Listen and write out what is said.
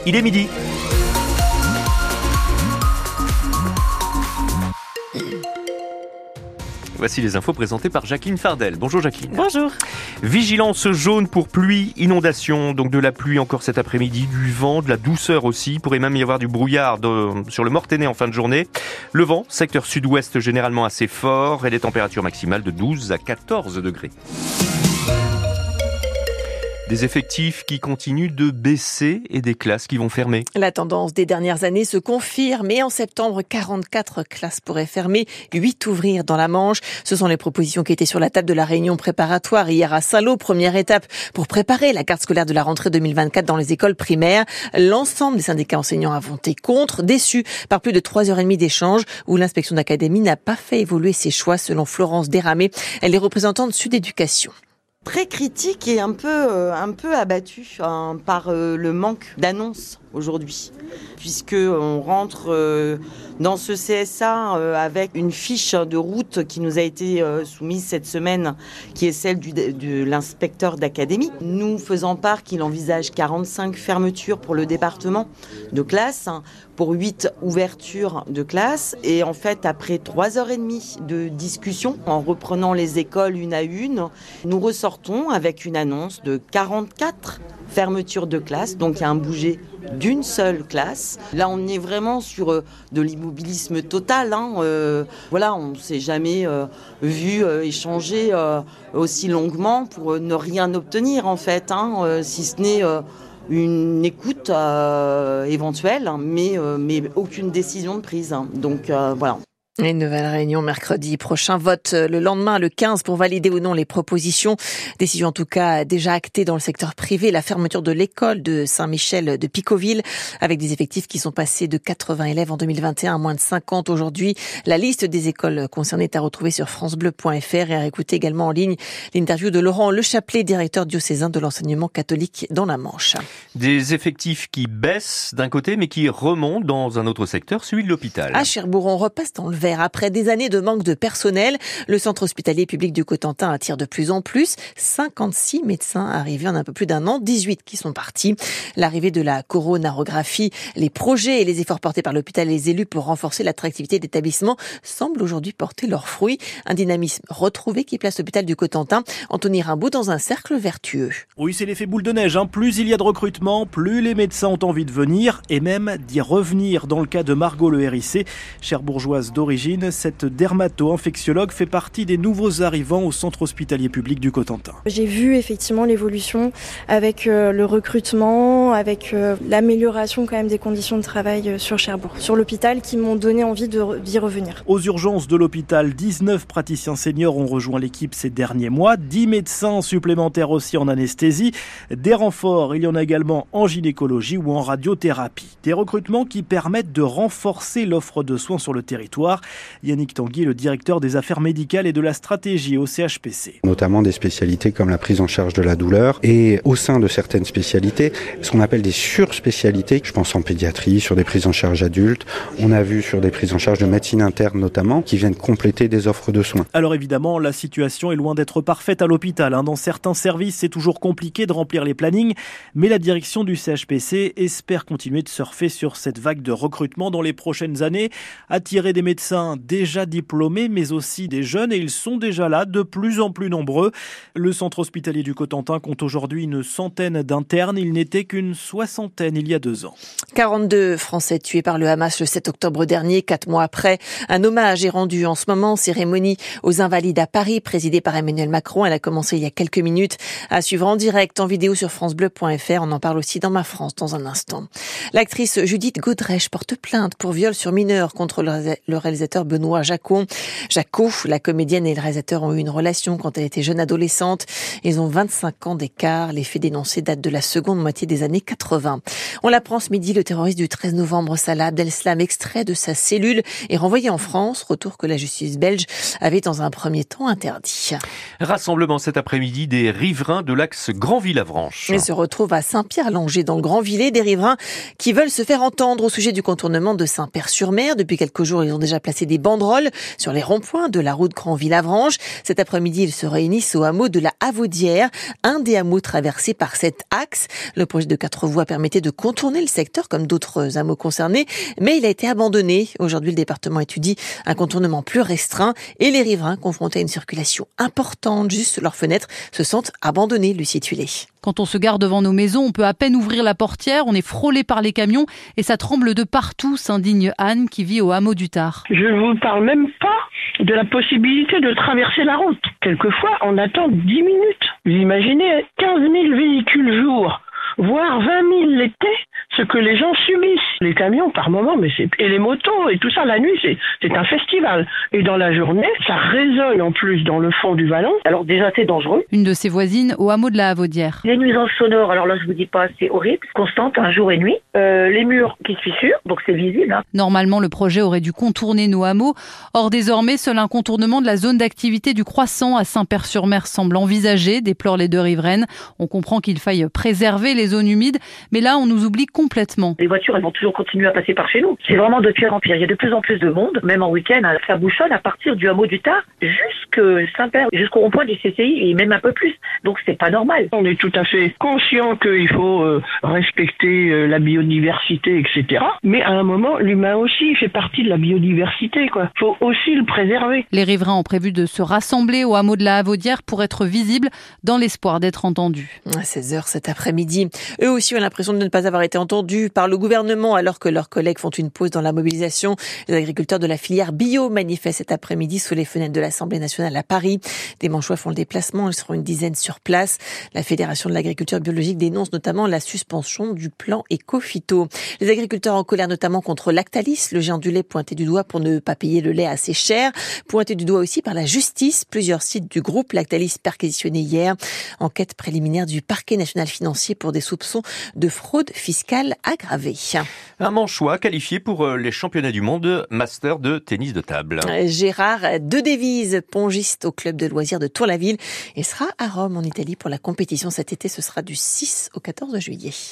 il est midi. Voici les infos présentées par Jacqueline Fardel. Bonjour Jacqueline. Bonjour. Vigilance jaune pour pluie, inondation, donc de la pluie encore cet après-midi, du vent, de la douceur aussi. Il pourrait même y avoir du brouillard sur le Mortainais en fin de journée. Le vent, secteur sud-ouest généralement assez fort et les températures maximales de 12 à 14 degrés. Des effectifs qui continuent de baisser et des classes qui vont fermer. La tendance des dernières années se confirme et en septembre, 44 classes pourraient fermer, 8 ouvrir dans la Manche. Ce sont les propositions qui étaient sur la table de la réunion préparatoire hier à Saint-Lô. Première étape pour préparer la carte scolaire de la rentrée 2024 dans les écoles primaires. L'ensemble des syndicats enseignants a voté contre, déçus par plus de 3h30 d'échanges où l'inspection d'académie n'a pas fait évoluer ses choix selon Florence Desramé. Elle est représentante Sud Éducation. Très critique et un peu abattu par le manque d'annonces aujourd'hui, puisque on rentre dans ce CSA avec une fiche de route qui nous a été soumise cette semaine, qui est celle de l'inspecteur d'académie, nous faisant part qu'il envisage 45 fermetures pour le département de classe, pour 8 ouvertures de classe. Et en fait, après 3h30 de discussion, en reprenant les écoles une à une, nous ressortons avec une annonce de 44 fermetures de classe. Donc il y a un bouger d'une seule classe. Là, on est vraiment sur de l'immobilisme total. Voilà, on ne s'est jamais vu échanger aussi longuement pour ne rien obtenir, en fait, si ce n'est une écoute éventuelle, mais aucune décision de prise. Donc voilà. Une nouvelle réunion mercredi prochain, vote le lendemain, le 15, pour valider ou non les propositions. Décision en tout cas déjà actée dans le secteur privé, la fermeture de l'école de Saint-Michel de Picoville, avec des effectifs qui sont passés de 80 élèves en 2021 à moins de 50 aujourd'hui. La liste des écoles concernées est à retrouver sur francebleu.fr et à écouter également en ligne l'interview de Laurent Le Chapelet, directeur diocésain de l'enseignement catholique dans la Manche. Des effectifs qui baissent d'un côté mais qui remontent dans un autre secteur, celui de l'hôpital. À Cherbourg, on repasse dans le vert. Après des années de manque de personnel, le centre hospitalier public du Cotentin attire de plus en plus. 56 médecins arrivés en un peu plus d'un an, 18 qui sont partis. L'arrivée de la coronarographie, les projets et les efforts portés par l'hôpital et les élus pour renforcer l'attractivité d'établissement semblent aujourd'hui porter leurs fruits. Un dynamisme retrouvé qui place l'hôpital du Cotentin, Anthony Rimbaud, dans un cercle vertueux. Oui, c'est l'effet boule de neige. Plus il y a de recrutement, plus les médecins ont envie de venir et même d'y revenir. Dans le cas de Margot Le RIC, cherbourgeoise d'origine, cette dermato-infectiologue fait partie des nouveaux arrivants au centre hospitalier public du Cotentin. J'ai vu effectivement l'évolution avec le recrutement, avec l'amélioration quand même des conditions de travail sur Cherbourg, sur l'hôpital, qui m'ont donné envie d'y revenir. Aux urgences de l'hôpital, 19 praticiens seniors ont rejoint l'équipe ces derniers mois, 10 médecins supplémentaires aussi en anesthésie. Des renforts, il y en a également en gynécologie ou en radiothérapie. Des recrutements qui permettent de renforcer l'offre de soins sur le territoire. Yannick Tanguy, le directeur des affaires médicales et de la stratégie au CHPC. Notamment des spécialités comme la prise en charge de la douleur et au sein de certaines spécialités, ce qu'on appelle des surspécialités. Je pense en pédiatrie, sur des prises en charge adultes. On a vu sur des prises en charge de médecine interne notamment, qui viennent compléter des offres de soins. Alors évidemment, la situation est loin d'être parfaite à l'hôpital. Dans certains services, c'est toujours compliqué de remplir les plannings, mais la direction du CHPC espère continuer de surfer sur cette vague de recrutement dans les prochaines années, attirer des médecins déjà diplômés, mais aussi des jeunes, et ils sont déjà là, de plus en plus nombreux. Le centre hospitalier du Cotentin compte aujourd'hui une centaine d'internes. Il n'était qu'une soixantaine il y a 2 ans. 42 Français tués par le Hamas le 7 octobre dernier, 4 mois après. Un hommage est rendu en ce moment, cérémonie aux Invalides à Paris, présidée par Emmanuel Macron. Elle a commencé il y a quelques minutes, à suivre en direct, en vidéo sur francebleu.fr. On en parle aussi dans Ma France dans un instant. L'actrice Judith Godrèche porte plainte pour viol sur mineur contre le réalisateur Benoît Jacot. La comédienne et le réalisateur ont eu une relation quand elle était jeune adolescente. Ils ont 25 ans d'écart. Les faits dénoncés datent de la seconde moitié des années 80. On l'apprend ce midi, le terroriste du 13 novembre, Salah Abdeslam, extrait de sa cellule et renvoyé en France. Retour que la justice belge avait dans un premier temps interdit. Rassemblement cet après-midi des riverains de l'axe Granville-Avranches. Ils se retrouvent à Saint-Pierre-Langé dans le Grand-Villet. Des riverains qui veulent se faire entendre au sujet du contournement de Saint-Père-sur-Mer. Depuis quelques jours, ils ont déjà placer des banderoles sur les ronds-points de la route Granville-Avranches. Cet après-midi, ils se réunissent au hameau de la Havaudière, un des hameaux traversés par cet axe. Le projet de 4 voies permettait de contourner le secteur comme d'autres hameaux concernés, mais il a été abandonné. Aujourd'hui, le département étudie un contournement plus restreint et les riverains confrontés à une circulation importante juste sous leurs fenêtres se sentent abandonnés, Lucie Tuilé. Quand on se gare devant nos maisons, on peut à peine ouvrir la portière, on est frôlé par les camions et ça tremble de partout, s'indigne Anne qui vit au hameau du Tard. Je ne vous parle même pas de la possibilité de traverser la route. Quelquefois, on attend 10 minutes. Vous imaginez 15 000 véhicules jour, voire 20 000 l'été, ce que les gens subissent. Les camions par moment, et les motos et tout ça, la nuit, c'est un festival. Et dans la journée, ça résonne en plus dans le fond du vallon. Alors déjà, c'est dangereux. Une de ses voisines au hameau de la Havaudière. Les nuisances sonores, alors là, je vous dis pas, c'est horrible, constante, un jour et nuit. Les murs qui se fissurent, donc c'est visible. Normalement, le projet aurait dû contourner nos hameaux. Or, désormais, seul un contournement de la zone d'activité du Croissant à Saint-Père-sur-Mer semble envisagé, déplorent les deux riveraines. On comprend qu'il faille préserver les zones humides, mais là, on nous oublie complètement. Les voitures, elles vont toujours continuer à passer par chez nous. C'est vraiment de pire en pire. Il y a de plus en plus de monde, même en week-end, ça bouchonne à partir du hameau du Tard jusqu'à Saint-Père, jusqu'au rond-point du CCI et même un peu plus. Donc c'est pas normal. On est tout à fait conscient qu'il faut respecter la biodiversité, etc. Mais à un moment, l'humain aussi fait partie de la biodiversité, quoi. Faut aussi le préserver. Les riverains ont prévu de se rassembler au hameau de la Havaudière pour être visibles dans l'espoir d'être entendus. À 16h cet après-midi. Eux aussi ont l'impression de ne pas avoir été entendus par le gouvernement alors que leurs collègues font une pause dans la mobilisation. Les agriculteurs de la filière bio manifestent cet après-midi sous les fenêtres de l'Assemblée nationale à Paris. Des Manchois font le déplacement, ils seront une dizaine sur place. La Fédération de l'agriculture biologique dénonce notamment la suspension du plan Éco-Phyto. Les agriculteurs en colère notamment contre Lactalis, le géant du lait pointé du doigt pour ne pas payer le lait assez cher. Pointé du doigt aussi par la justice. Plusieurs sites du groupe Lactalis perquisitionnés hier. Enquête préliminaire du parquet national financier pour des soupçons de fraude fiscale aggravée. Un Manchois qualifié pour les championnats du monde master de tennis de table. Gérard De Devise, pongiste au club de loisirs de Tour-la-Ville et sera à Rome en Italie pour la compétition cet été. Ce sera du 6 au 14 juillet.